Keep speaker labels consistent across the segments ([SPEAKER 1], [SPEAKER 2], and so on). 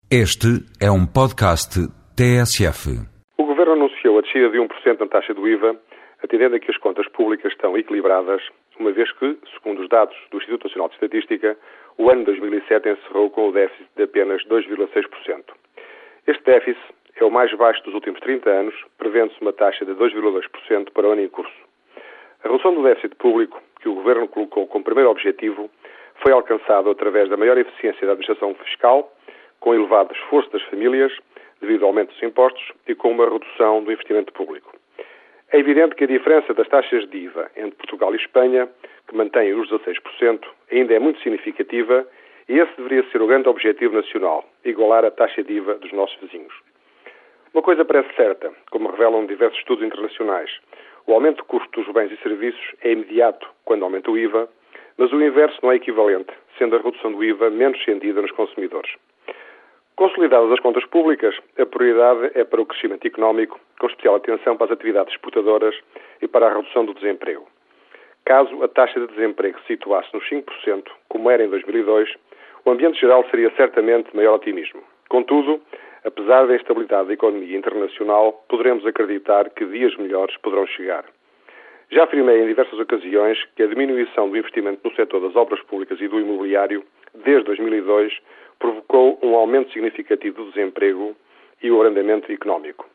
[SPEAKER 1] Este é um podcast TSF.
[SPEAKER 2] O Governo anunciou a descida de 1% na taxa do IVA, atendendo a que as contas públicas estão equilibradas, uma vez que, segundo os dados do Instituto Nacional de Estatística, o ano 2007 encerrou com o déficit de apenas 2,6%. Este déficit é o mais baixo dos últimos 30 anos, prevendo-se uma taxa de 2,2% para o ano em curso. A redução do déficit público, que o Governo colocou como primeiro objetivo, foi alcançada através da maior eficiência da administração fiscal, com elevado esforço das famílias, devido ao aumento dos impostos e com uma redução do investimento público. É evidente que a diferença das taxas de IVA entre Portugal e Espanha, que mantêm os 16%, ainda é muito significativa e esse deveria ser o grande objetivo nacional, igualar a taxa de IVA dos nossos vizinhos. Uma coisa parece certa, como revelam diversos estudos internacionais. O aumento do custo dos bens e serviços é imediato quando aumenta o IVA, mas o inverso não é equivalente, sendo a redução do IVA menos sentida nos consumidores. Consolidadas as contas públicas, a prioridade é para o crescimento económico, com especial atenção para as atividades exportadoras e para a redução do desemprego. Caso a taxa de desemprego se situasse nos 5%, como era em 2002, o ambiente geral seria certamente de maior otimismo. Contudo, apesar da instabilidade da economia internacional, poderemos acreditar que dias melhores poderão chegar. Já afirmei em diversas ocasiões que a diminuição do investimento no setor das obras públicas e do imobiliário, desde 2002, provocou um aumento significativo do desemprego e o abrandamento económico.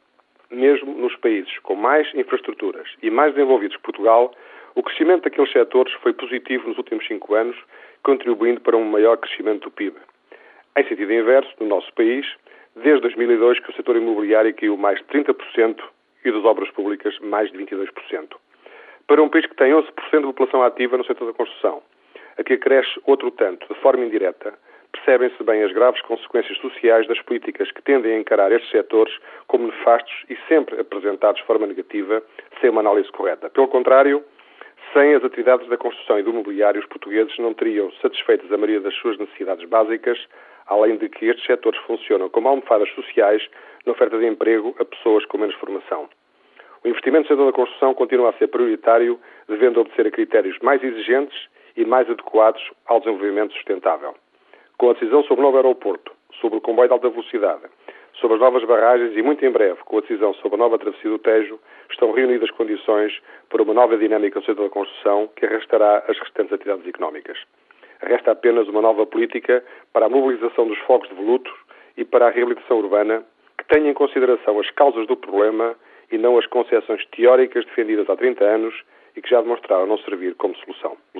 [SPEAKER 2] Mesmo nos países com mais infraestruturas e mais desenvolvidos que Portugal, o crescimento daqueles setores foi positivo nos últimos 5 anos, contribuindo para um maior crescimento do PIB. Em sentido inverso, no nosso país, desde 2002 que o setor imobiliário caiu mais de 30% e das obras públicas mais de 22%. Para um país que tem 11% de população ativa no setor da construção, a que acresce outro tanto de forma indireta, percebem-se bem as graves consequências sociais das políticas que tendem a encarar estes setores como nefastos e sempre apresentados de forma negativa, sem uma análise correta. Pelo contrário, sem as atividades da construção e do imobiliário, os portugueses não teriam satisfeitas a maioria das suas necessidades básicas, além de que estes setores funcionam como almofadas sociais na oferta de emprego a pessoas com menos formação. O investimento no setor da construção continua a ser prioritário, devendo obedecer a critérios mais exigentes e mais adequados ao desenvolvimento sustentável. Com a decisão sobre o novo aeroporto, sobre o comboio de alta velocidade, sobre as novas barragens e, muito em breve, com a decisão sobre a nova travessia do Tejo, estão reunidas condições para uma nova dinâmica no setor da construção que arrastará as restantes atividades económicas. Resta apenas uma nova política para a mobilização dos focos de volutos e para a reabilitação urbana que tenha em consideração as causas do problema e não as concepções teóricas defendidas há 30 anos e que já demonstraram não servir como solução.